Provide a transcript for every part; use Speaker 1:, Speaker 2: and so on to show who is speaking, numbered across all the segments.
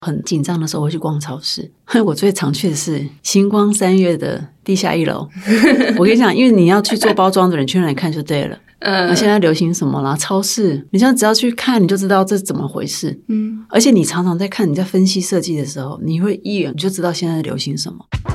Speaker 1: 很紧张的时候我会去逛超市，我最常去的是星光3月的地下1楼我跟你讲，因为你要去做包装的人去那里看就对了。那现在流行什么啦？超市，你现在只要去看你就知道这是怎么回事。而且你常常在看，你在分析设计的时候，你会一眼就知道现在流行什么。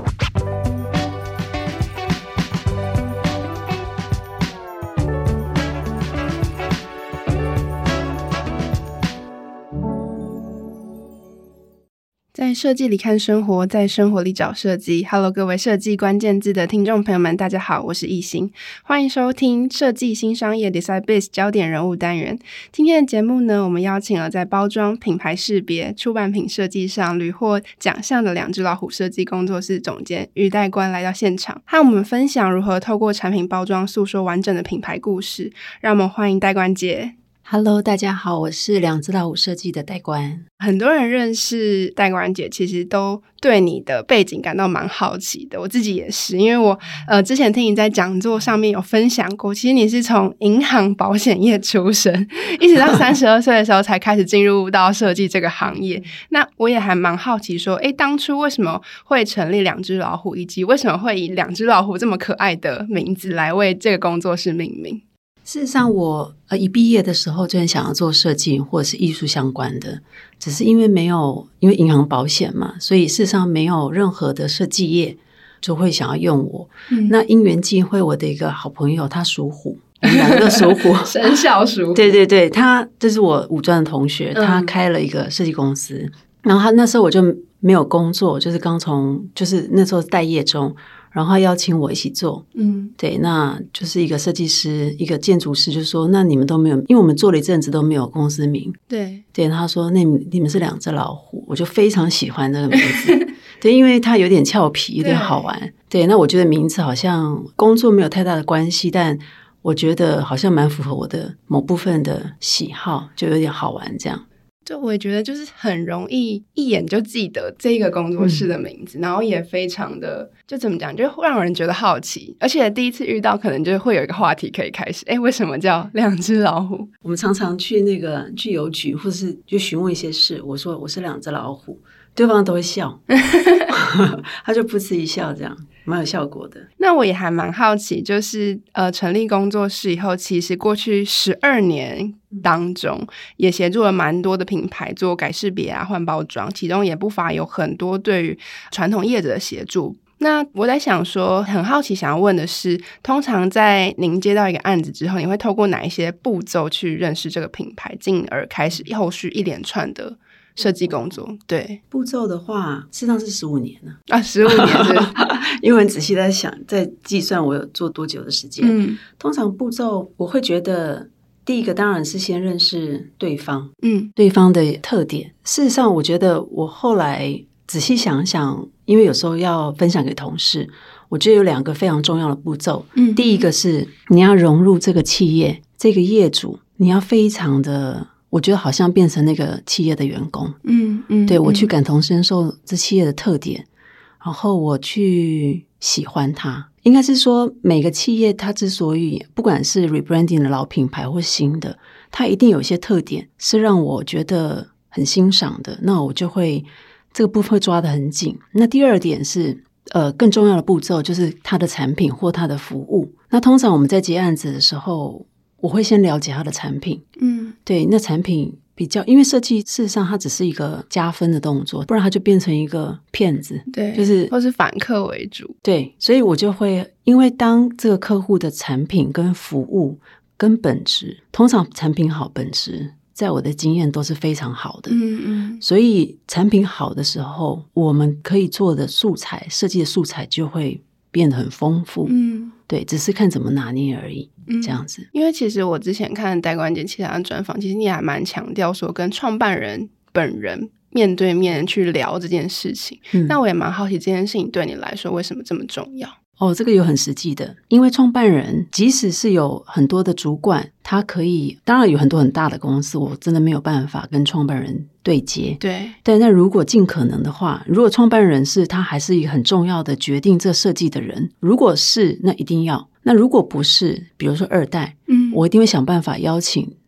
Speaker 2: 在设计里看生活，在生活里找设计。Hello， 各位设计关键字的听众朋友们，大家好，我是艺兴，欢迎收听设计新商业 Decide Biz 焦点人物单元。今天的节目呢，我们邀请了在包装、品牌识别、出版品设计上屡获奖项的两只老虎设计工作室总监于代官来到现场，和我们分享如何透过产品包装诉说完整的品牌故事。让我们欢迎代官姐。
Speaker 1: Hello， 大家好，我是两只老虎设计的代官。
Speaker 2: 很多人认识代官姐，其实都对你的背景感到蛮好奇的，我自己也是，因为我之前听你在讲座上面有分享过，其实你是从银行保险业出身，一直到32岁的时候才开始进入到设计这个行业。那我也还蛮好奇说，当初为什么会成立两只老虎，以及为什么会以两只老虎这么可爱的名字来为这个工作室命名？
Speaker 1: 事实上我一毕业的时候就很想要做设计或者是艺术相关的，只是因为银行保险嘛，所以事实上没有任何的设计业就会想要用我。那因缘际会，我的一个好朋友他属虎，我们两个都属虎
Speaker 2: 生肖属虎。
Speaker 1: 对对对，这是我五专的同学，他开了一个设计公司，然后他那时候我就没有工作，就是就是那时候待业中，然后他邀请我一起做。对，那就是一个设计师一个建筑师就说，那你们都没有，因为我们做了一阵子都没有公司名。对，他说那你们是两只老虎，我就非常喜欢这个名字对，因为它有点俏皮，有点好玩。对，那我觉得名字好像工作没有太大的关系，但我觉得好像蛮符合我的某部分的喜好，就有点好玩这样。
Speaker 2: 就我也觉得就是很容易一眼就记得这个工作室的名字，然后也非常的就怎么讲，就让人觉得好奇，而且第一次遇到可能就会有一个话题可以开始，为什么叫两只老虎？
Speaker 1: 我们常常去邮局或是就询问一些事，我说我是两只老虎，对方都会笑他就噗嗤一笑，这样蛮有效果的。
Speaker 2: 那我也还蛮好奇，就是成立工作室以后，其实过去12年当中也协助了蛮多的品牌做改识别啊、换包装，其中也不乏有很多对于传统业者的协助。那我在想说，很好奇想要问的是，通常在您接到一个案子之后，你会透过哪一些步骤去认识这个品牌，进而开始后续一连串的设计工作？对，
Speaker 1: 步骤的话事实上是15年了
Speaker 2: 15年是
Speaker 1: 因为很仔细在计算我有做多久的时间。通常步骤我会觉得第一个当然是先认识对方，对方的特点。事实上我觉得我后来仔细想想，因为有时候要分享给同事，我觉得有2个非常重要的步骤。第一个是你要融入这个企业，这个业主你要非常的，我觉得好像变成那个企业的员工。对，我去感同身受这企业的特点，然后我去喜欢它。应该是说每个企业它之所以不管是 rebranding 的老品牌或新的，它一定有一些特点是让我觉得很欣赏的，那我就会这个部分会抓得很紧。那第二点是更重要的步骤就是它的产品或它的服务。那通常我们在接案子的时候，我会先了解它的产品。对，那产品比较，因为设计事实上它只是一个加分的动作，不然它就变成一个骗子。
Speaker 2: 对，
Speaker 1: 就是
Speaker 2: 或是反客为主。对，
Speaker 1: 所以我就会，因为当这个客户的产品跟服务跟本质，通常产品好，本质在我的经验都是非常好的。所以产品好的时候，我们可以做的素材，设计的素材就会变得很丰富。对，只是看怎么拿捏而已。这样子。
Speaker 2: 因为其实我之前看代官姐其他的专访，其实你还蛮强调说跟创办人本人面对面去聊这件事情。那我也蛮好奇这件事情对你来说为什么这么重要？
Speaker 1: 这个有很实际的，因为创办人即使是有很多的主管，他可以，当然有很多很大的公司，我真的没有办法跟创办人对接。
Speaker 2: 对，
Speaker 1: 但那如果尽可能的话，如果创办人是他还是一个很重要的决定这设计的人，如果是那一定要，那如果不是，比如说二代，我一定会想办法邀请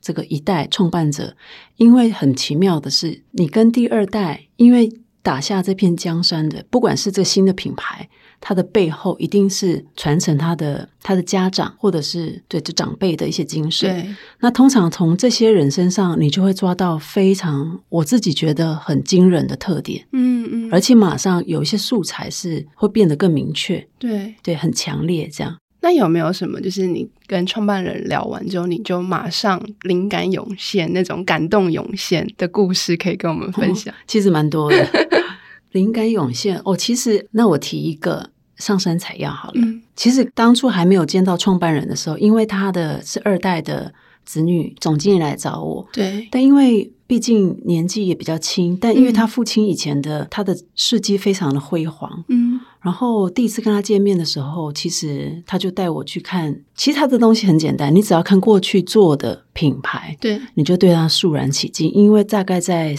Speaker 1: 这个一代创办者，因为很奇妙的是，你跟第二代，因为打下这片江山的，不管是这个新的品牌，它的背后一定是传承他的家长或者是对就长辈的一些精神。
Speaker 2: 对，
Speaker 1: 那通常从这些人身上，你就会抓到非常我自己觉得很惊人的特点。而且马上有一些素材是会变得更明确。对，很强烈这样。
Speaker 2: 那有没有什么就是你跟创办人聊完之后，你就马上灵感涌现，那种感动涌现的故事可以跟我们分享？
Speaker 1: 其实蛮多的。灵感涌现其实那我提一个上山采药好了。其实当初还没有见到创办人的时候，因为他的是2代的子女总经理来找我。
Speaker 2: 对，
Speaker 1: 但因为毕竟年纪也比较轻，但因为他父亲以前的他的事迹非常的辉煌。然后第一次跟他见面的时候，其实他就带我去看，其实他的东西很简单，你只要看过去做的品牌，
Speaker 2: 对，
Speaker 1: 你就对他肃然起敬。因为大概在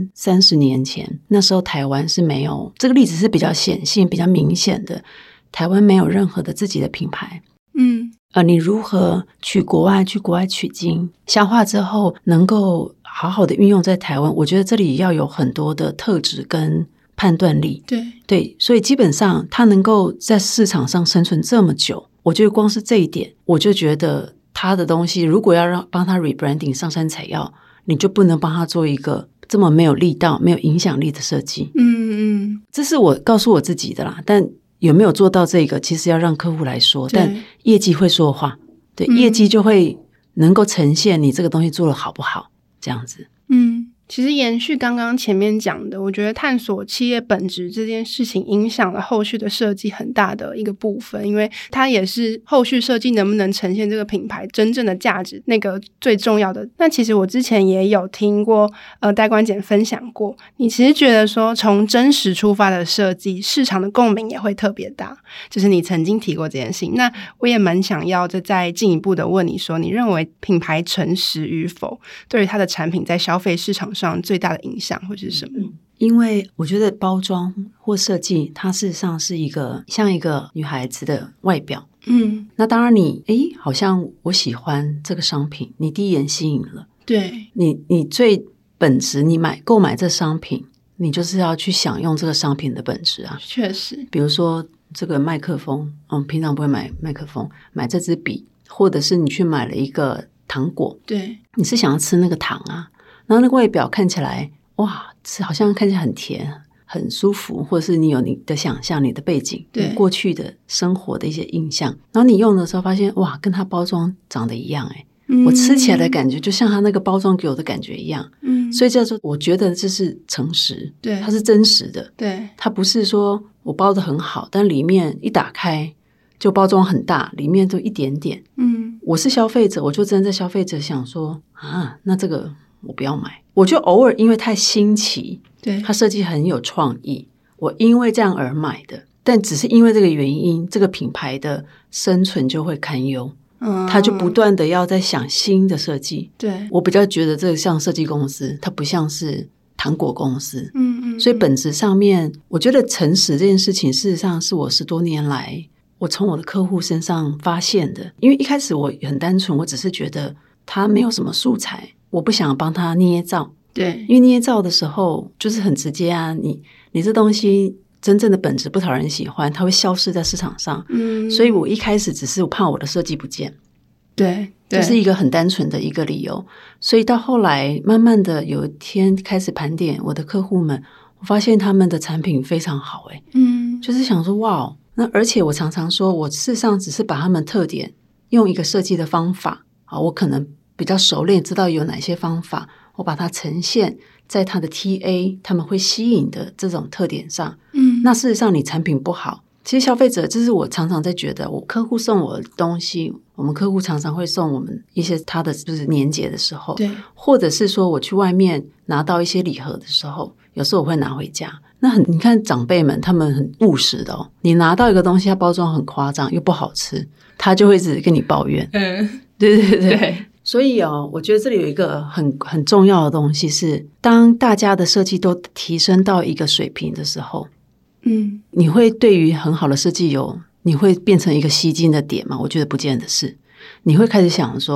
Speaker 1: 30年前，那时候台湾是没有，这个例子是比较显性比较明显的，台湾没有任何的自己的品牌。你如何去国外取经，消化之后能够好好的运用在台湾，我觉得这里要有很多的特质跟判断力。对，所以基本上他能够在市场上生存这么久，我觉得光是这一点，我就觉得他的东西如果要帮他 rebranding 上山采药，你就不能帮他做一个这么没有力道没有影响力的设计。这是我告诉我自己的啦，但有没有做到这个其实要让客户来说，但业绩会说话。对，业绩就会能够呈现你这个东西做得好不好，这样子。
Speaker 2: 其实延续刚刚前面讲的，我觉得探索企业本质这件事情影响了后续的设计很大的一个部分，因为它也是后续设计能不能呈现这个品牌真正的价值那个最重要的。那其实我之前也有听过戴官简分享过，你其实觉得说从真实出发的设计，市场的共鸣也会特别大，就是你曾经提过这件事情。那我也蛮想要再进一步的问你说，你认为品牌诚实与否对于它的产品在消费市场上最大的影响会是什么？
Speaker 1: 因为我觉得包装或设计它事实上是像一个女孩子的外表。那当然你好像我喜欢这个商品，你第一眼吸引了。对，你最本质，你购买这商品，你就是要去享用这个商品的本质啊。
Speaker 2: 确实，比
Speaker 1: 如说这个麦克风，平常不会买麦克风，买这支笔，或者是你去买了一个糖果，对，你是想要吃那个糖啊，然后那个外表看起来哇，好像看起来很甜很舒服，或者是你有你的想象，你的背景，对，过去的生活的一些印象，然后你用的时候发现哇，跟它包装长得一样我吃起来的感觉就像它那个包装给我的感觉一样。所以叫做我觉得这是诚实，对，它是真实的，对，它不是说我包得很好，但里面一打开就包装很大，里面就一点点。我是消费者，我就站在消费者想说啊，那这个我不要买。我就偶尔因为太新奇，对，它设计很有创意，我因为这样而买的，但只是因为这个原因，这个品牌的生存就会堪忧。他就不断的要在想新的设计。对，我比较觉得这个像设计公司，它不像是糖果公司。所以本质上面我觉得诚实这件事情事实上是我10多年来我从我的客户身上发现的。因为一开始我很单纯，我只是觉得他没有什么素材，我不想帮他捏造。对，因为捏造的时候就是很直接啊，你这东西真正的本质不讨人喜欢，它会消失在市场上。所以我一开始只是怕我的设计不见。对，就是一个很单纯的一个理由。所以到后来慢慢的有一天开始盘点我的客户们，我发现他们的产品非常好。就是想说哇，那而且我常常说我事实上只是把他们特点用一个设计的方法，我可能比较熟练知道有哪些方法，我把它呈现在他的 TA 他们会吸引的这种特点上。那事实上你产品不好，其实消费者，这是我常常在觉得，我客户送我的东西，我们客户常常会送我们一些他的就是年节的时候，对，或者是说我去外面拿到一些礼盒的时候，有时候我会拿回家。那你看长辈们他们很务实的你拿到一个东西它包装很夸张又不好吃，他就会一直跟你抱怨。对，所以我觉得这里有一个很重要的东西是，当大家的设计都提升到一个水平的时候，你会对于很好的设计你会变成一个吸睛的点吗？我觉得不见得是。你会开始想说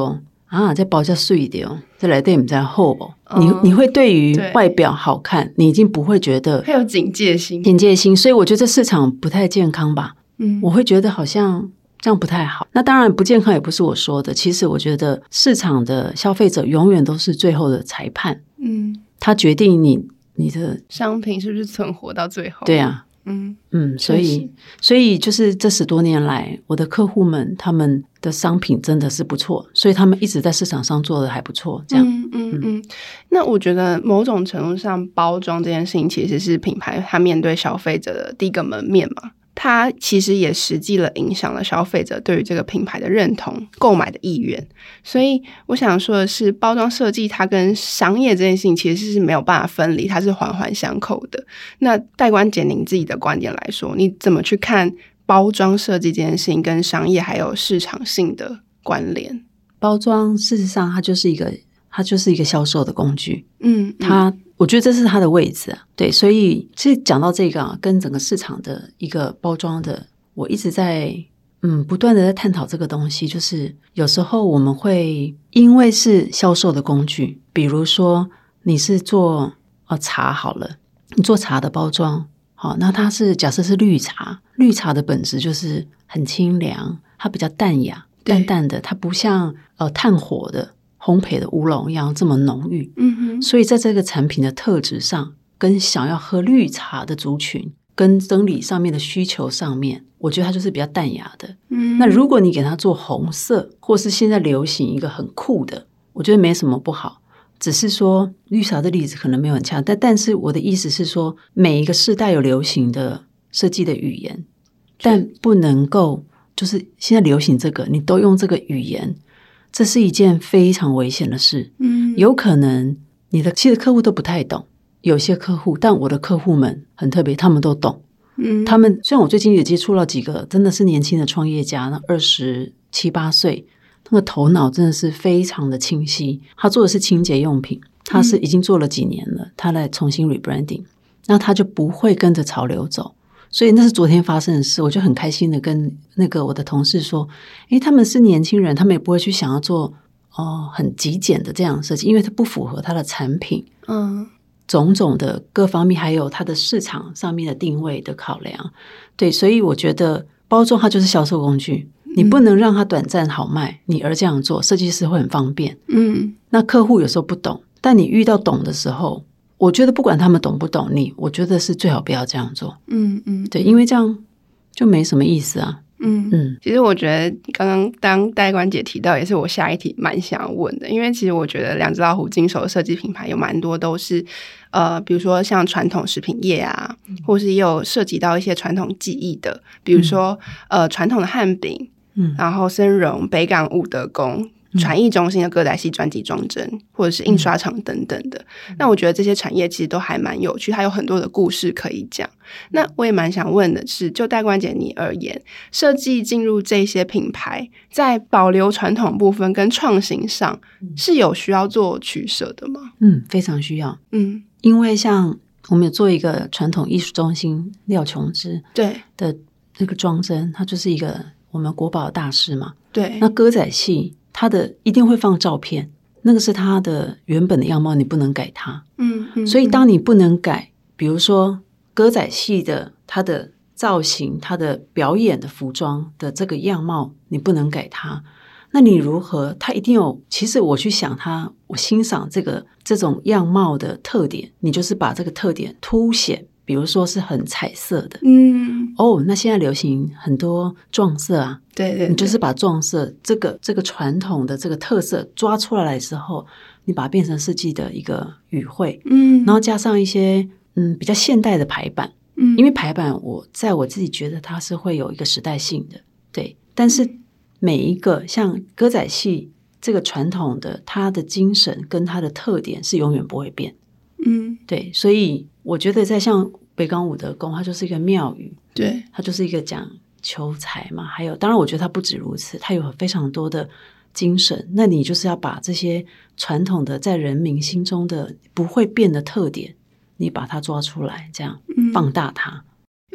Speaker 1: 啊，这包较水一点，这来对不在厚不？你会对于外表好看，你已经不会觉得
Speaker 2: 还有警戒心，
Speaker 1: 所以我觉得这市场不太健康吧。我会觉得好像这样不太好。那当然不健康也不是我说的，其实我觉得市场的消费者永远都是最后的裁判。他决定你的
Speaker 2: 商品是不是存活到最后。
Speaker 1: 对啊，所以就是这10多年来，我的客户们他们的商品真的是不错，所以他们一直在市场上做的还不错。这样，
Speaker 2: 那我觉得某种程度上，包装这件事情其实是品牌它面对消费者的第一个门面嘛。它其实也实际了影响了消费者对于这个品牌的认同、购买的意愿。所以我想说的是，包装设计它跟商业这件事情其实是没有办法分离，它是环环相扣的。那代官姐您自己的观点来说，你怎么去看包装设计这件事情跟商业还有市场性的关联？
Speaker 1: 包装事实上它就是一个销售的工具。我觉得这是它的位置啊。对，所以其实讲到这个跟整个市场的一个包装的，我一直在不断的在探讨这个东西。就是有时候我们会因为是销售的工具，比如说你是做茶好了，你做茶的包装，好，那它是假设是绿茶的本质就是很清凉，它比较淡雅淡淡的，它不像炭火的烘焙的乌龙一样这么浓郁。所以在这个产品的特质上，跟想要喝绿茶的族群跟生理上面的需求上面，我觉得它就是比较淡雅的。那如果你给它做红色，或是现在流行一个很酷的，我觉得没什么不好。只是说绿茶的例子可能没有很强，但是我的意思是说，每一个世代有流行的设计的语言，但不能够就是现在流行这个你都用这个语言，这是一件非常危险的事。有可能你的其实客户都不太懂，有些客户，但我的客户们很特别，他们都懂。他们虽然我最近也接触到几个真的是年轻的创业家，那27、8岁，那个头脑真的是非常的清晰。他做的是清洁用品，他是已经做了几年了，他来重新 rebranding， 那他就不会跟着潮流走。所以那是昨天发生的事，我就很开心的跟那个我的同事说，他们是年轻人，他们也不会去想要做很极简的这样的设计，因为它不符合它的产品种种的各方面，还有它的市场上面的定位的考量。对，所以我觉得包装它就是销售工具，你不能让它短暂好卖，你而这样做设计师会很方便。那客户有时候不懂，但你遇到懂的时候，我觉得不管他们懂不懂你，我觉得是最好不要这样做。对，因为这样就没什么意思啊。
Speaker 2: 其实我觉得刚刚当代官姐提到，也是我下一题蛮想要问的。因为其实我觉得两只老虎经手的设计品牌有蛮多都是比如说像传统食品业啊，或是也有涉及到一些传统技艺的，比如说传统的汉饼，然后森荣、北港武德宫、传艺中心的歌仔戏专辑装帧，或者是印刷厂等等的。那我觉得这些产业其实都还蛮有趣，它有很多的故事可以讲。那我也蛮想问的是，就代官姐你而言，设计进入这些品牌，在保留传统部分跟创新上是有需要做取舍的吗？
Speaker 1: 非常需要。因为像我们有做一个传统艺术中心廖琼枝的那个装帧，它就是一个我们国宝的大师嘛。
Speaker 2: 对，
Speaker 1: 那歌仔戏它的一定会放照片，那个是它的原本的样貌，你不能改它。所以当你不能改，比如说歌仔戏的它的造型，它的表演的服装的这个样貌，你不能改它，那你如何？它一定有，其实我去想它，我欣赏这种样貌的特点，你就是把这个特点凸显，比如说是很彩色的。那现在流行很多撞色啊，
Speaker 2: 对，
Speaker 1: 你就是把撞色这个传统的这个特色抓出来之后，你把它变成设计的一个语汇。然后加上一些比较现代的排版。因为排版我自己觉得它是会有一个时代性的，对，但是每一个像歌仔戏这个传统的，它的精神跟它的特点是永远不会变。对，所以我觉得在像北港武德宫，它就是一个庙宇，
Speaker 2: 对，
Speaker 1: 它就是一个讲求财嘛，还有当然我觉得它不止如此，它有非常多的精神，那你就是要把这些传统的在人民心中的不会变的特点，你把它抓出来，这样放大它。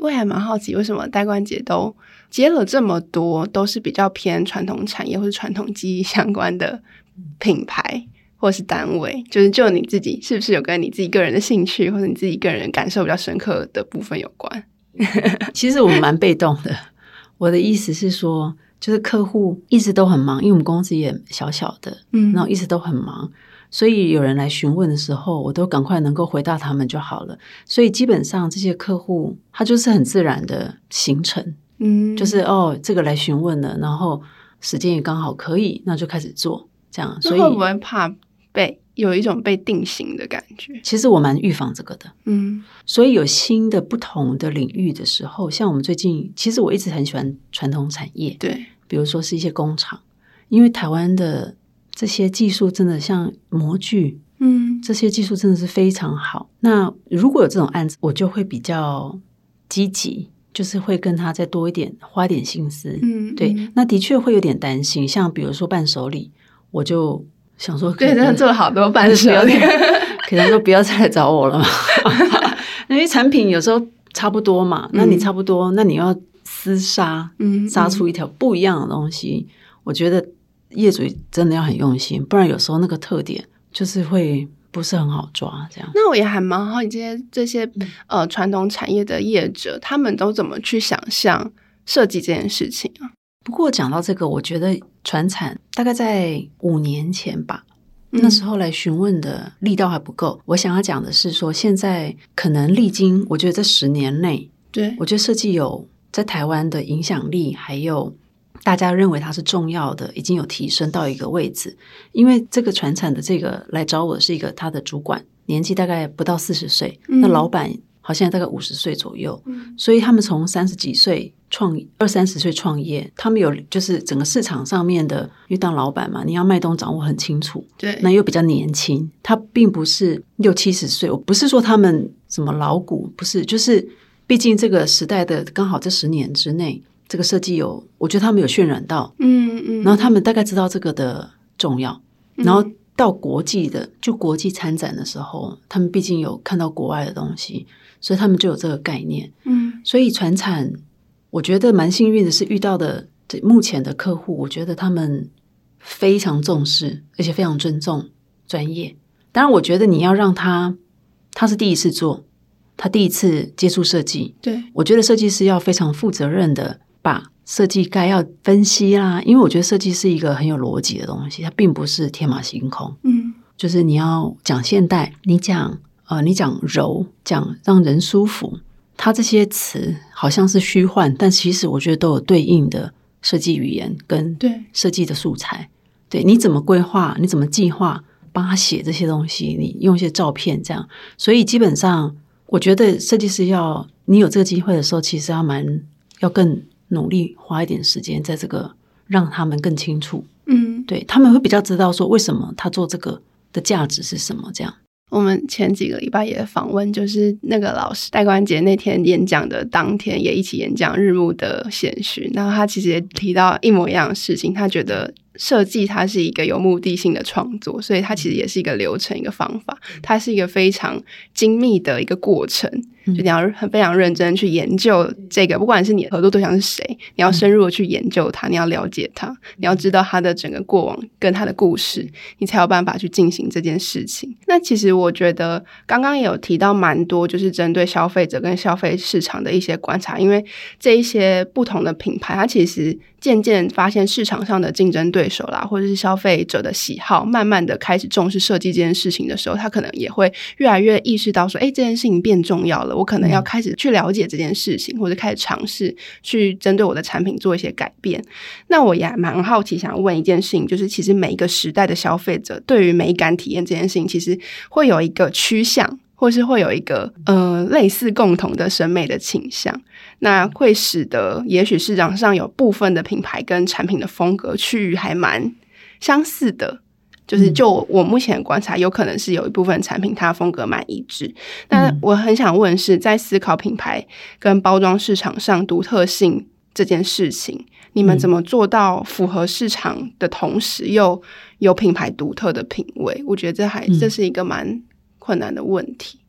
Speaker 2: 我也还蛮好奇为什么代官姐都接了这么多都是比较偏传统产业或是传统技艺相关的品牌或是单位，就是就你自己是不是有跟你自己个人的兴趣或者你自己个人感受比较深刻的部分有关？
Speaker 1: 其实我们蛮被动的，我的意思是说就是客户一直都很忙，因为我们公司也小小的，然后一直都很忙，所以有人来询问的时候我都赶快能够回答他们就好了，所以基本上这些客户他就是很自然的形成，就是这个来询问了，然后时间也刚好可以，那就开始做这样。所以
Speaker 2: 会不会怕有一种被定型的感觉？
Speaker 1: 其实我蛮预防这个的，所以有新的不同的领域的时候，像我们最近其实我一直很喜欢传统产业，
Speaker 2: 对，
Speaker 1: 比如说是一些工厂，因为台湾的这些技术真的像模具，这些技术真的是非常好。那如果有这种案子，我就会比较积极，就是会跟他再多一点，花一点心思。对，那的确会有点担心，像比如说伴手礼，我就想说，
Speaker 2: 对，真的做了好多伴手礼，
Speaker 1: 可能说不要再来找我了嘛，因为产品有时候差不多嘛，那你差不多，那你要厮杀，杀出一条不一样的东西，我觉得业主真的要很用心，不然有时候那个特点就是会不是很好抓这样。
Speaker 2: 那我也还蛮好奇这些传统产业的业者，他们都怎么去想象设计这件事情啊？
Speaker 1: 不过讲到这个，我觉得传产大概在5年前吧，那时候来询问的力道还不够。我想要讲的是说，现在可能历经我觉得这10年内，
Speaker 2: 对，
Speaker 1: 我觉得设计有在台湾的影响力，还有大家认为它是重要的，已经有提升到一个位置。因为这个传产的这个来找我是一个他的主管，年纪大概不到40岁，那老板好像大概50岁左右，所以他们从30几岁20-30岁创业，他们有就是整个市场上面的，因为当老板嘛，你要脉动掌握很清楚，
Speaker 2: 对，
Speaker 1: 那又比较年轻，他并不是60-70岁，我不是说他们什么老股，不是，就是毕竟这个时代的刚好这10年之内，这个设计我觉得他们有渲染到，然后他们大概知道这个的重要，然后到国际的就国际参展的时候，他们毕竟有看到国外的东西，所以他们就有这个概念。所以传产我觉得蛮幸运的是遇到的目前的客户，我觉得他们非常重视，而且非常尊重专业。当然我觉得你要让他是第一次做，他第一次接触设计，
Speaker 2: 对，
Speaker 1: 我觉得设计师要非常负责任的把设计该要分析啦，因为我觉得设计是一个很有逻辑的东西，它并不是天马行空。就是你要讲现代，你讲柔，讲让人舒服，它这些词好像是虚幻，但其实我觉得都有对应的设计语言跟设计的素材。对，你怎么规划，你怎么计划，帮他写这些东西，你用一些照片这样。所以基本上我觉得设计师你有这个机会的时候，其实要更努力花一点时间在这个，让他们更清楚。对，他们会比较知道说为什么他做这个的价值是什么这样。
Speaker 2: 我们前几个礼拜也访问，就是那个老师代官节那天演讲的当天也一起演讲日暮的显讯，然后他其实也提到一模一样的事情，他觉得设计它是一个有目的性的创作，所以它其实也是一个流程，一个方法，它是一个非常精密的一个过程，就你要非常认真去研究这个，不管是你的合作对象是谁，你要深入的去研究它，你要了解它，你要知道它的整个过往跟它的故事，你才有办法去进行这件事情。那其实我觉得刚刚也有提到蛮多就是针对消费者跟消费市场的一些观察，因为这一些不同的品牌它其实渐渐发现市场上的竞争对手啦，或者是消费者的喜好，慢慢的开始重视设计这件事情的时候，他可能也会越来越意识到说，这件事情变重要了，我可能要开始去了解这件事情，或者开始尝试去针对我的产品做一些改变。那我也蛮好奇想问一件事情，就是其实每一个时代的消费者对于美感体验这件事情，其实会有一个趋向，或是会有一个类似共同的审美的倾向，那会使得也许市场上有部分的品牌跟产品的风格区域还蛮相似的，就是就我目前观察，有可能是有一部分产品它的风格蛮一致。但我很想问是在思考品牌跟包装市场上独特性这件事情，你们怎么做到符合市场的同时又有品牌独特的品味？我觉得这是一个蛮困难的问题。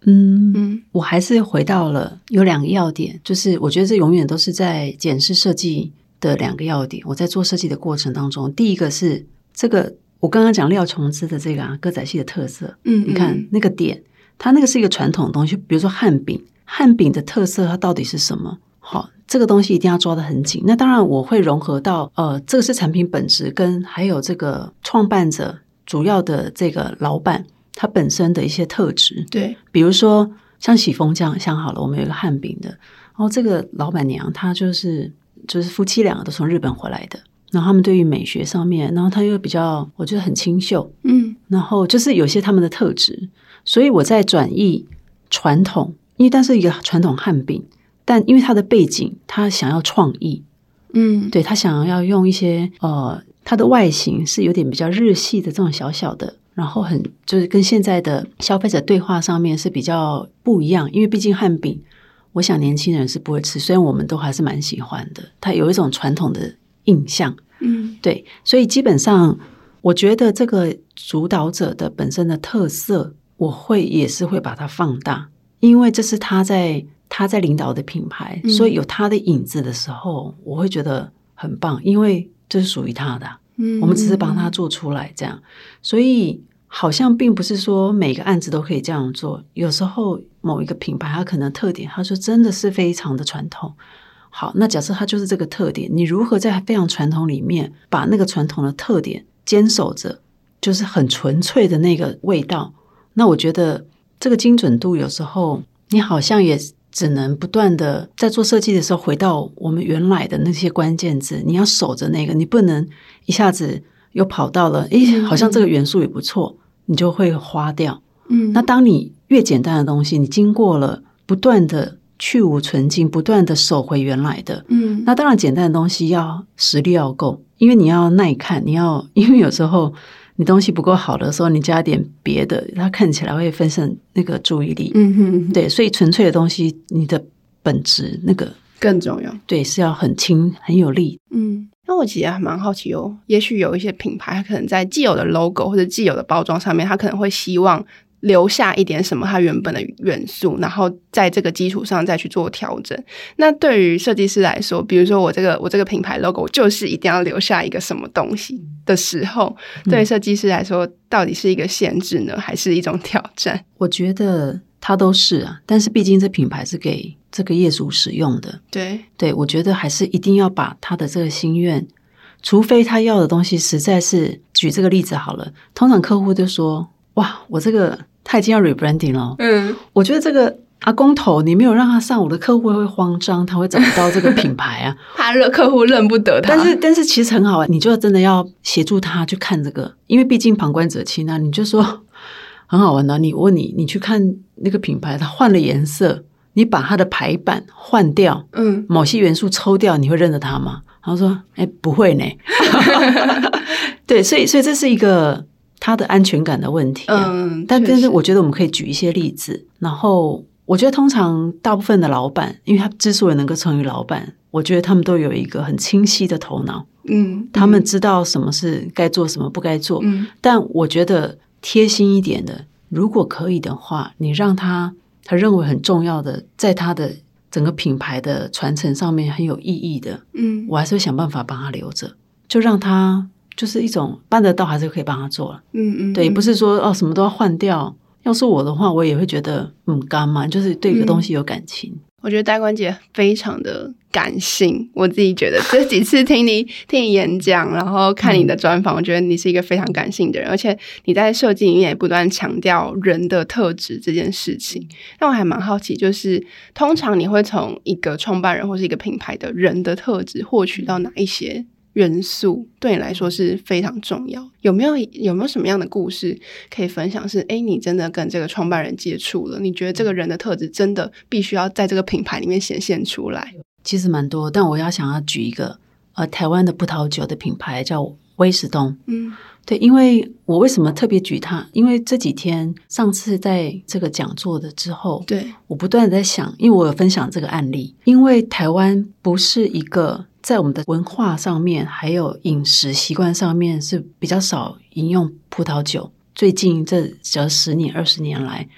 Speaker 1: 我还是回到了有2个要点，就是我觉得这永远都是在检视设计的2个要点。我在做设计的过程当中，第一个是这个我刚刚讲廖琼枝的这个歌仔戏的特色，你看那个点，它那个是一个传统的东西，比如说汉饼的特色它到底是什么？好，这个东西一定要抓得很紧。那当然我会融合到这个是产品本质跟还有这个创办者主要的这个老板他本身的一些特质。
Speaker 2: 对，
Speaker 1: 比如说像喜丰这样，像好了，我们有一个汉饼的，然后这个老板娘她就是夫妻2个都从日本回来的，然后他们对于美学上面，然后他又比较我觉得很清秀，然后就是有些他们的特质，所以我在转译传统，因为但是一个传统汉饼，但因为他的背景他想要创意，对，他想要用一些它的外形是有点比较日系的这种小小的，然后就是跟现在的消费者对话上面是比较不一样，因为毕竟汉饼我想年轻人是不会吃，虽然我们都还是蛮喜欢的，它有一种传统的印象，对，所以基本上我觉得这个主导者的本身的特色我也是会把它放大，因为这是他在领导的品牌，所以有他的影子的时候我会觉得很棒，因为这是属于他的，我们只是帮他做出来这样，所以好像并不是说每个案子都可以这样做，有时候某一个品牌它可能特点它就真的是非常的传统，好，那假设它就是这个特点，你如何在非常传统里面把那个传统的特点坚守着，就是很纯粹的那个味道，那我觉得这个精准度有时候你好像也只能不断的在做设计的时候回到我们原来的那些关键字，你要守着那个，你不能一下子又跑到了好像这个元素也不错，你就会花掉。那当你越简单的东西，你经过了不断的去无存菁，不断的守回原来的，那当然简单的东西要实力要够，因为你要耐看，因为有时候你东西不够好的时候，你加点别的，它看起来会分散那个注意力。对，所以纯粹的东西，你的本质那个
Speaker 2: 更重要。
Speaker 1: 对，是要很轻很有力。
Speaker 2: 那我其实还蛮好奇也许有一些品牌，它可能在既有的 logo 或者既有的包装上面，它可能会希望留下一点什么它原本的元素，然后在这个基础上再去做调整。那对于设计师来说，比如说我这个品牌 logo 就是一定要留下一个什么东西的时候，对于设计师来说到底是一个限制呢，还是一种挑战？
Speaker 1: 我觉得它都是啊，但是毕竟这品牌是给这个业主使用的，对，我觉得还是一定要把他的这个心愿，除非他要的东西实在是，举这个例子好了，通常客户就说哇，我这个他已经要 rebranding 了，我觉得这个阿公头你没有让他上，我的客户会慌张，他会找不到这个品牌啊
Speaker 2: 怕客户认不得他。
Speaker 1: 但是其实很好玩，你就真的要协助他去看这个，因为毕竟旁观者清啊，你就说很好玩的，你去看那个品牌，它换了颜色，你把它的排版换掉，某些元素抽掉，你会认得它吗？然后说不会呢对，所以这是一个他的安全感的问题但是我觉得我们可以举一些例子，然后我觉得通常大部分的老板，因为他之所以能够成为老板，我觉得他们都有一个很清晰的头脑，他们知道什么是该做，什么不该做，但我觉得贴心一点的，如果可以的话，你让他认为很重要的，在他的整个品牌的传承上面很有意义的，我还是会想办法帮他留着，就让他就是一种办得到还是可以帮他做了，对，不是说什么都要换掉。要是我的话，我也会觉得干嘛，就是对一个东西有感情。
Speaker 2: 我觉得戴官姐非常的感性，我自己觉得这几次听你演讲，然后看你的专访，我觉得你是一个非常感性的人，而且你在设计里面也不断强调人的特质这件事情。那我还蛮好奇，就是通常你会从一个创办人或是一个品牌的人的特质获取到哪一些元素对你来说是非常重要？有没有什么样的故事可以分享是你真的跟这个创办人接触了，你觉得这个人的特质真的必须要在这个品牌里面显现出来？
Speaker 1: 其实蛮多，但我想要举一个台湾的葡萄酒的品牌叫威石东。对，因为我为什么特别举它，因为这几天上次在这个讲座的之后，
Speaker 2: 对，
Speaker 1: 我不断的在想，因为我有分享这个案例，因为台湾不是一个在我们的文化上面还有饮食习惯上面是比较少饮用葡萄酒，最近这10年20年来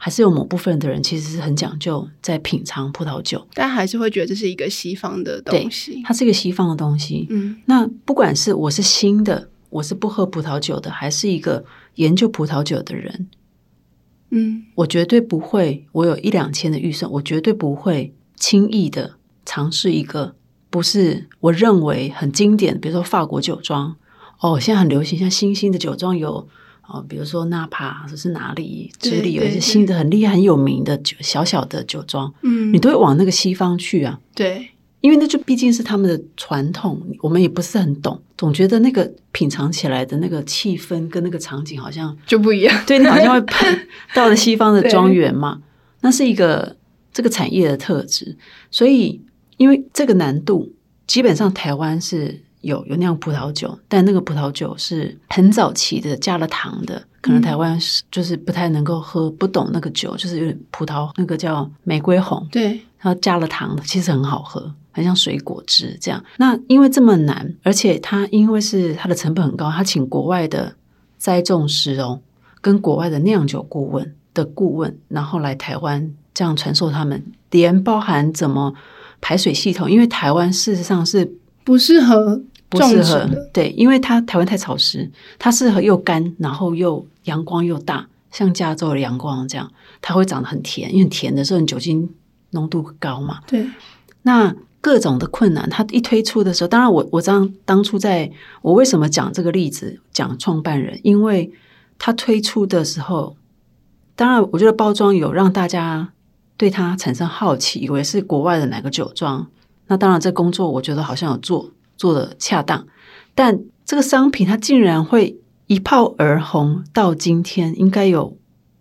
Speaker 1: 还是有某部分的人其实是很讲究在品尝葡萄酒，
Speaker 2: 但还是会觉得这是一个西方的东西。
Speaker 1: 它是一个西方的东西。那不管是我是新的，我是不喝葡萄酒的，还是一个研究葡萄酒的人，我绝对不会，我有1-2千的预算，我绝对不会轻易的尝试一个不是我认为很经典的，比如说法国酒庄，现在很流行，像新兴的酒庄有比如说纳帕，或是哪里智利有一些新的很厉害很有名的小小的酒庄，你都会往那个西方去啊。
Speaker 2: 对，
Speaker 1: 因为那就毕竟是他们的传统，我们也不是很懂，总觉得那个品尝起来的那个气氛跟那个场景好像
Speaker 2: 就不一样。
Speaker 1: 对，你好像会到了西方的庄园嘛，那是一个这个产业的特质。所以因为这个难度，基本上台湾是有酿葡萄酒，但那个葡萄酒是很早期的加了糖的，可能台湾就是不太能够喝，不懂那个酒，就是有点葡萄那个叫玫瑰红，
Speaker 2: 对，
Speaker 1: 然后加了糖的，其实很好喝，很像水果汁这样。那因为这么难，而且它因为是它的成本很高，他请国外的栽种师跟国外的酿酒顾问，然后来台湾这样传授他们，连包含怎么排水系统，因为台湾事实上是
Speaker 2: 不适合种植的，
Speaker 1: 对，因为台湾太潮湿，它适合又干，然后又阳光又大，像加州的阳光这样，它会长得很甜，因为很甜的时候你酒精浓度高嘛。
Speaker 2: 对，
Speaker 1: 那各种的困难，它一推出的时候，当然我当初我为什么讲这个例子，讲创办人，因为他推出的时候，当然我觉得包装有让大家对它产生好奇，以为是国外的哪个酒庄。那当然这工作我觉得好像有做的恰当，但这个商品它竟然会一炮而红，到今天应该有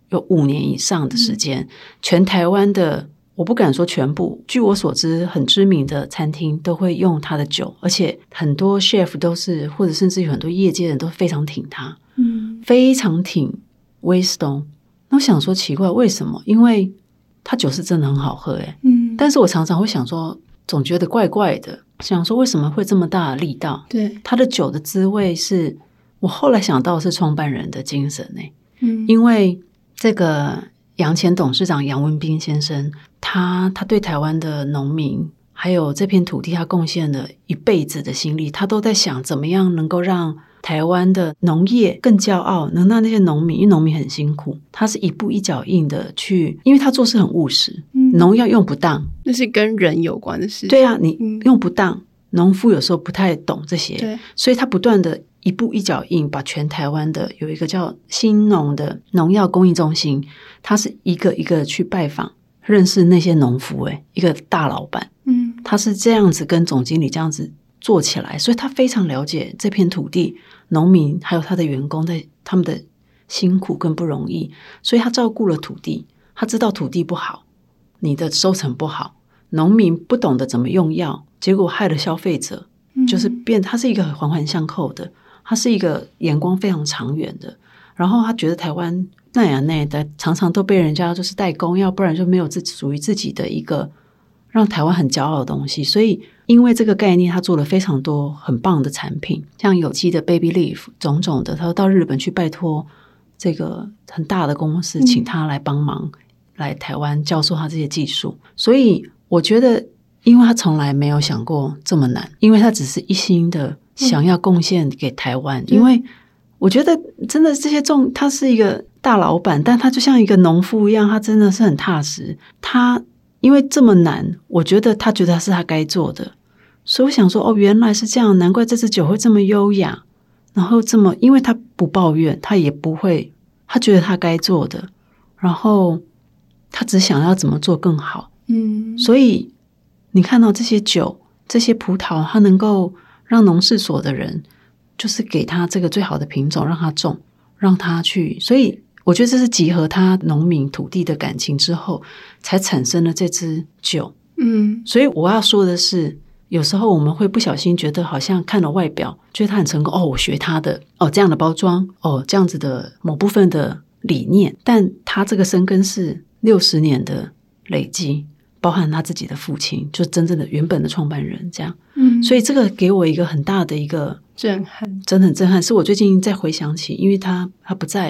Speaker 1: 5年以上的时间，全台湾的，我不敢说全部，据我所知很知名的餐厅都会用它的酒，而且很多 chef 都是，或者甚至有很多业界人都非常挺它，非常挺 Waystone。 那我想说奇怪为什么，因为它酒是真的很好喝但是我常常会想说总觉得怪怪的，想说为什么会这么大的力道。
Speaker 2: 对，
Speaker 1: 它的酒的滋味是我后来想到是创办人的精神因为这个杨前董事长杨文彬先生，他对台湾的农民还有这片土地他贡献了一辈子的心力，他都在想怎么样能够让台湾的农业更骄傲，能让那些农民，因为农民很辛苦，他是一步一脚印的去，因为他做事很务实，农药用不当，
Speaker 2: 那是跟人有关的事情。
Speaker 1: 对啊，你用不当，农夫有时候不太懂这些，
Speaker 2: 对，
Speaker 1: 所以他不断的一步一脚印，把全台湾的有一个叫新农的农药供应中心，他是一个一个去拜访，认识那些农夫一个大老板，他是这样子跟总经理这样子做起来，所以他非常了解这片土地农民还有他的员工在他们的辛苦跟不容易，所以他照顾了土地，他知道土地不好，你的收成不好，农民不懂得怎么用药，结果害了消费者，就是它是一个环环相扣的，它是一个眼光非常长远的。然后他觉得台湾那样那的常常都被人家就是代工，要不然就没有属于自己的一个让台湾很骄傲的东西。所以因为这个概念，他做了非常多很棒的产品，像有机的 baby leaf 种种的，他到日本去拜托这个很大的公司请他来帮忙，来台湾教授他这些技术。所以我觉得因为他从来没有想过这么难，因为他只是一心的想要贡献给台湾，因为我觉得真的这些他是一个大老板，但他就像一个农夫一样，他真的是很踏实。他因为这么难，我觉得他觉得是他该做的，所以我想说原来是这样，难怪这支酒会这么优雅，然后这么，因为他不抱怨，他也不会，他觉得他该做的，然后他只想要怎么做更好。所以你看到这些酒这些葡萄，他能够让农事所的人就是给他这个最好的品种，让他种，让他去，所以我觉得这是集合他农民土地的感情之后才产生了这支酒。所以我要说的是，有时候我们会不小心觉得好像看了外表觉得他很成功，我学他的这样的包装，这样子的某部分的理念，但他这个生根是60年的累积，包含他自己的父亲，就真正的原本的创办人这样。所以这个给我一个很大的一个
Speaker 2: 震撼，
Speaker 1: 真的很震撼，是我最近在回想起，因为他不在了，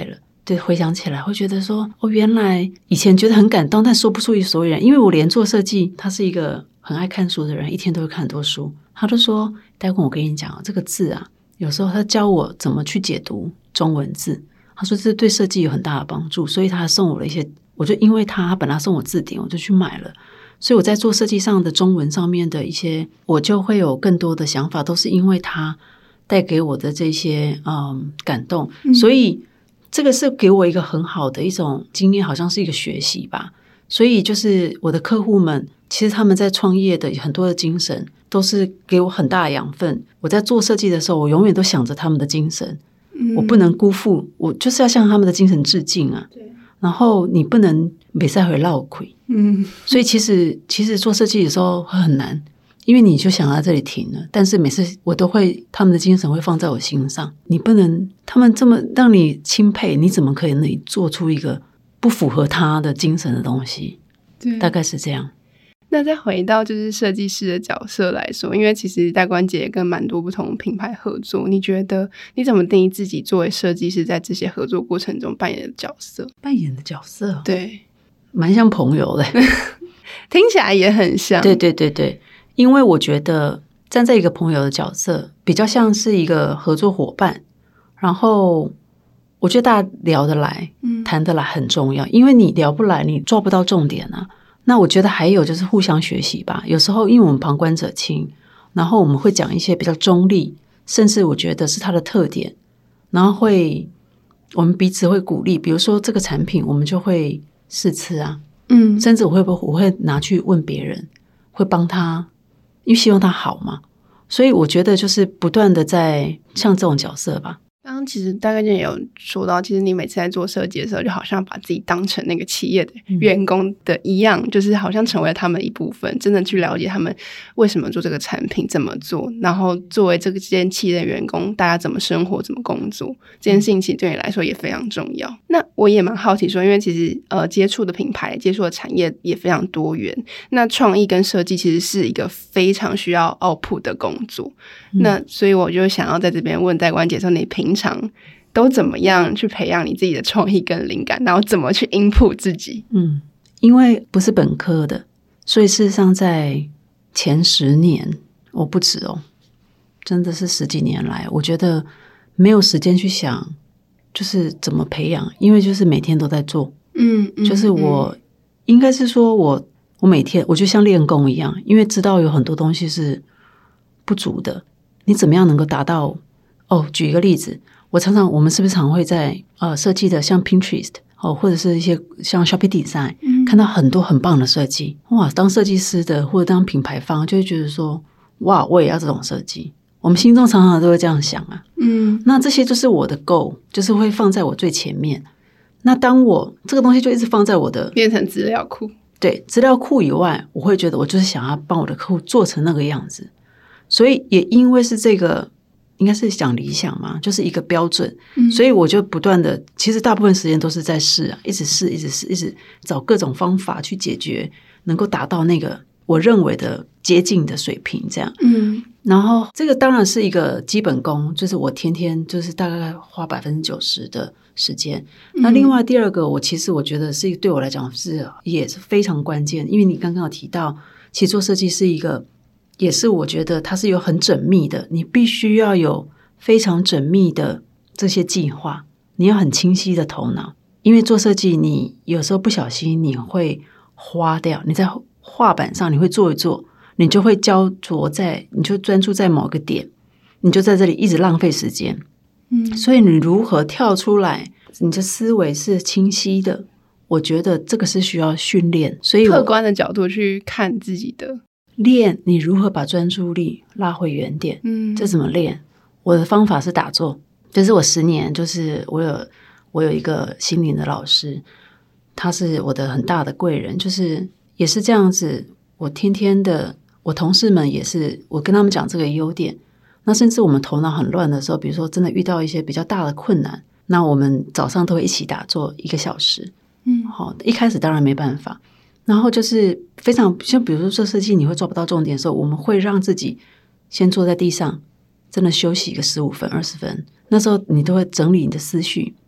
Speaker 1: 对，回想起来会觉得说，原来以前觉得很感动，但说不出所以然。因为我连做设计，他是一个很爱看书的人，一天都会看很多书。他就说，待会我跟你讲这个字啊，有时候他教我怎么去解读中文字。他说这对设计有很大的帮助，所以他送我了一些，我就因为他本来送我字典，我就去买了。所以我在做设计上的中文上面的一些，我就会有更多的想法，都是因为他带给我的这些感动。所以这个是给我一个很好的一种经验，好像是一个学习吧。所以就是我的客户们，其实他们在创业的很多的精神都是给我很大的养分。我在做设计的时候，我永远都想着他们的精神，我不能辜负，我就是要向他们的精神致敬啊。对，然后你不能别再回落亏。所以其实做设计的时候会很难，因为你就想在这里停了，但是每次我都会，他们的精神会放在我心上。你不能他们这么让你钦佩，你怎么可以做出一个不符合他的精神的东西？对，大概是这样。
Speaker 2: 那再回到就是设计师的角色来说，因为其实戴官姐也跟蛮多不同品牌合作，你觉得你怎么定义自己作为设计师在这些合作过程中扮演的角色？
Speaker 1: 扮演的角色，
Speaker 2: 对，
Speaker 1: 蛮像朋友的
Speaker 2: 听起来也很像。
Speaker 1: 对对对对，因为我觉得站在一个朋友的角色，比较像是一个合作伙伴，然后我觉得大家聊得来，谈得来很重要，因为你聊不来，你抓不到重点啊。那我觉得还有就是互相学习吧。有时候因为我们旁观者清，然后我们会讲一些比较中立，甚至我觉得是它的特点，然后我们彼此会鼓励。比如说这个产品，我们就会试吃啊，甚至我会拿去问别人，会帮他，因为希望他好嘛。所以我觉得就是不断的在像这种角色吧。
Speaker 2: 刚刚其实大概也有说到，其实你每次在做设计的时候，就好像把自己当成那个企业的员工的一样，就是好像成为了他们的一部分，真的去了解他们为什么做这个产品，怎么做，然后作为这间企业的员工，大家怎么生活，怎么工作，这件事情其实对你来说也非常重要。那我也蛮好奇说，因为其实接触的品牌、接触的产业也非常多元，那创意跟设计其实是一个非常需要 output 的工作。那所以我就想要在这边问戴官姐说，你平常都怎么样去培养你自己的创意跟灵感，然后怎么去 input 自己？
Speaker 1: 因为不是本科的，所以事实上在前10年，我不止真的是10几年来，我觉得没有时间去想就是怎么培养，因为就是每天都在做。就是我应该是说我每天我就像练功一样，因为知道有很多东西是不足的，你怎么样能够达到？举一个例子，我们是不是常会在设计的像 Pinterest 或者是一些像 Shopping Design 看到很多很棒的设计，哇，当设计师的或者当品牌方就会觉得说，哇，我也要这种设计。我们心中常常都会这样想啊。那这些就是我的 goal， 就是会放在我最前面。那当我这个东西就一直放在我的
Speaker 2: 变成资料库，
Speaker 1: 对，资料库以外，我会觉得我就是想要帮我的客户做成那个样子。所以也因为是这个应该是讲理想嘛，就是一个标准，所以我就不断的，其实大部分时间都是在试啊，一直试，一直找各种方法去解决，能够达到那个我认为的接近的水平，这样。然后这个当然是一个基本功，就是我天天就是大概花90%的时间。那另外第二个，我觉得是对我来讲也是非常关键，因为你刚刚有提到，其实做设计是一个。也是我觉得它是有很缜密的，你必须要有非常缜密的这些计划，你要很清晰的头脑，因为做设计你有时候不小心你会花掉，你在画板上你会做一做，你就会你就专注在某个点，你就在这里一直浪费时间。所以你如何跳出来，你的思维是清晰的，我觉得这个是需要训练，所以
Speaker 2: 客观的角度去看自己的
Speaker 1: 练，你如何把专注力拉回原点。这怎么练？我的方法是打坐，就是我10年，就是我有一个心灵的老师，他是我的很大的贵人，就是也是这样子，我天天的，我同事们也是，我跟他们讲这个优点，那甚至我们头脑很乱的时候，比如说真的遇到一些比较大的困难，那我们早上都会一起打坐1个小时。一开始当然没办法，然后就是非常像比如说做设计你会抓不到重点的时候，我们会让自己先坐在地上真的休息个15分20分，那时候你都会整理你的思绪，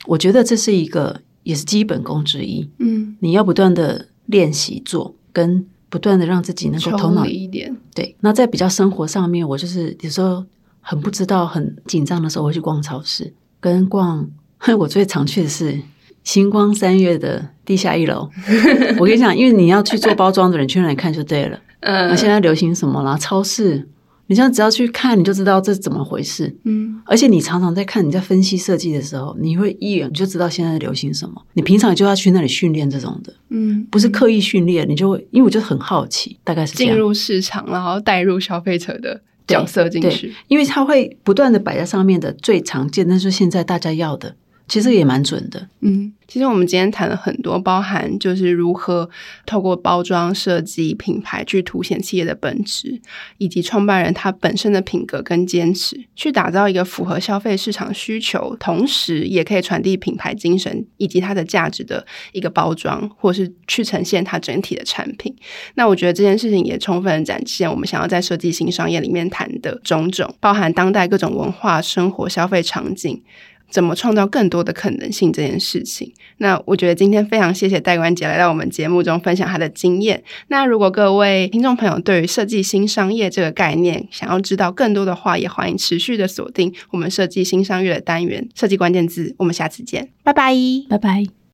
Speaker 1: 我觉得这是一个也是基本功之一。你要不断的练习做，跟不断的让自己能够头脑
Speaker 2: 一点。
Speaker 1: 对，那在比较生活上面，我就是有时候很不知道很紧张的时候，我会去逛超市，跟逛我最常去的是星光3月的地下1楼。我跟你讲，因为你要去做包装的人去那里看就对了。那现在流行什么啦？超市，你现在只要去看你就知道这是怎么回事。而且你常常在看你在分析设计的时候，你会一眼就知道现在流行什么，你平常就要去那里训练这种的。不是刻意训练，你就会，因为我就很好奇，大概是这样
Speaker 2: 进入市场，然后带入消费者的角色进去。
Speaker 1: 因为它会不断的摆在上面的最常见，但是现在大家要的其实也蛮准的。
Speaker 2: 其实我们今天谈了很多，包含就是如何透过包装设计品牌去凸显企业的本质，以及创办人他本身的品格跟坚持，去打造一个符合消费市场需求，同时也可以传递品牌精神以及它的价值的一个包装，或是去呈现它整体的产品。那我觉得这件事情也充分展现我们想要在设计新商业里面谈的种种，包含当代各种文化、生活、消费场景，怎么创造更多的可能性这件事情。那我觉得今天非常谢谢戴官姐来到我们节目中分享她的经验。那如果各位听众朋友对于设计新商业这个概念想要知道更多的话，也欢迎持续的锁定我们设计新商业的单元设计关键字。我们下次见，拜拜，
Speaker 1: 拜拜。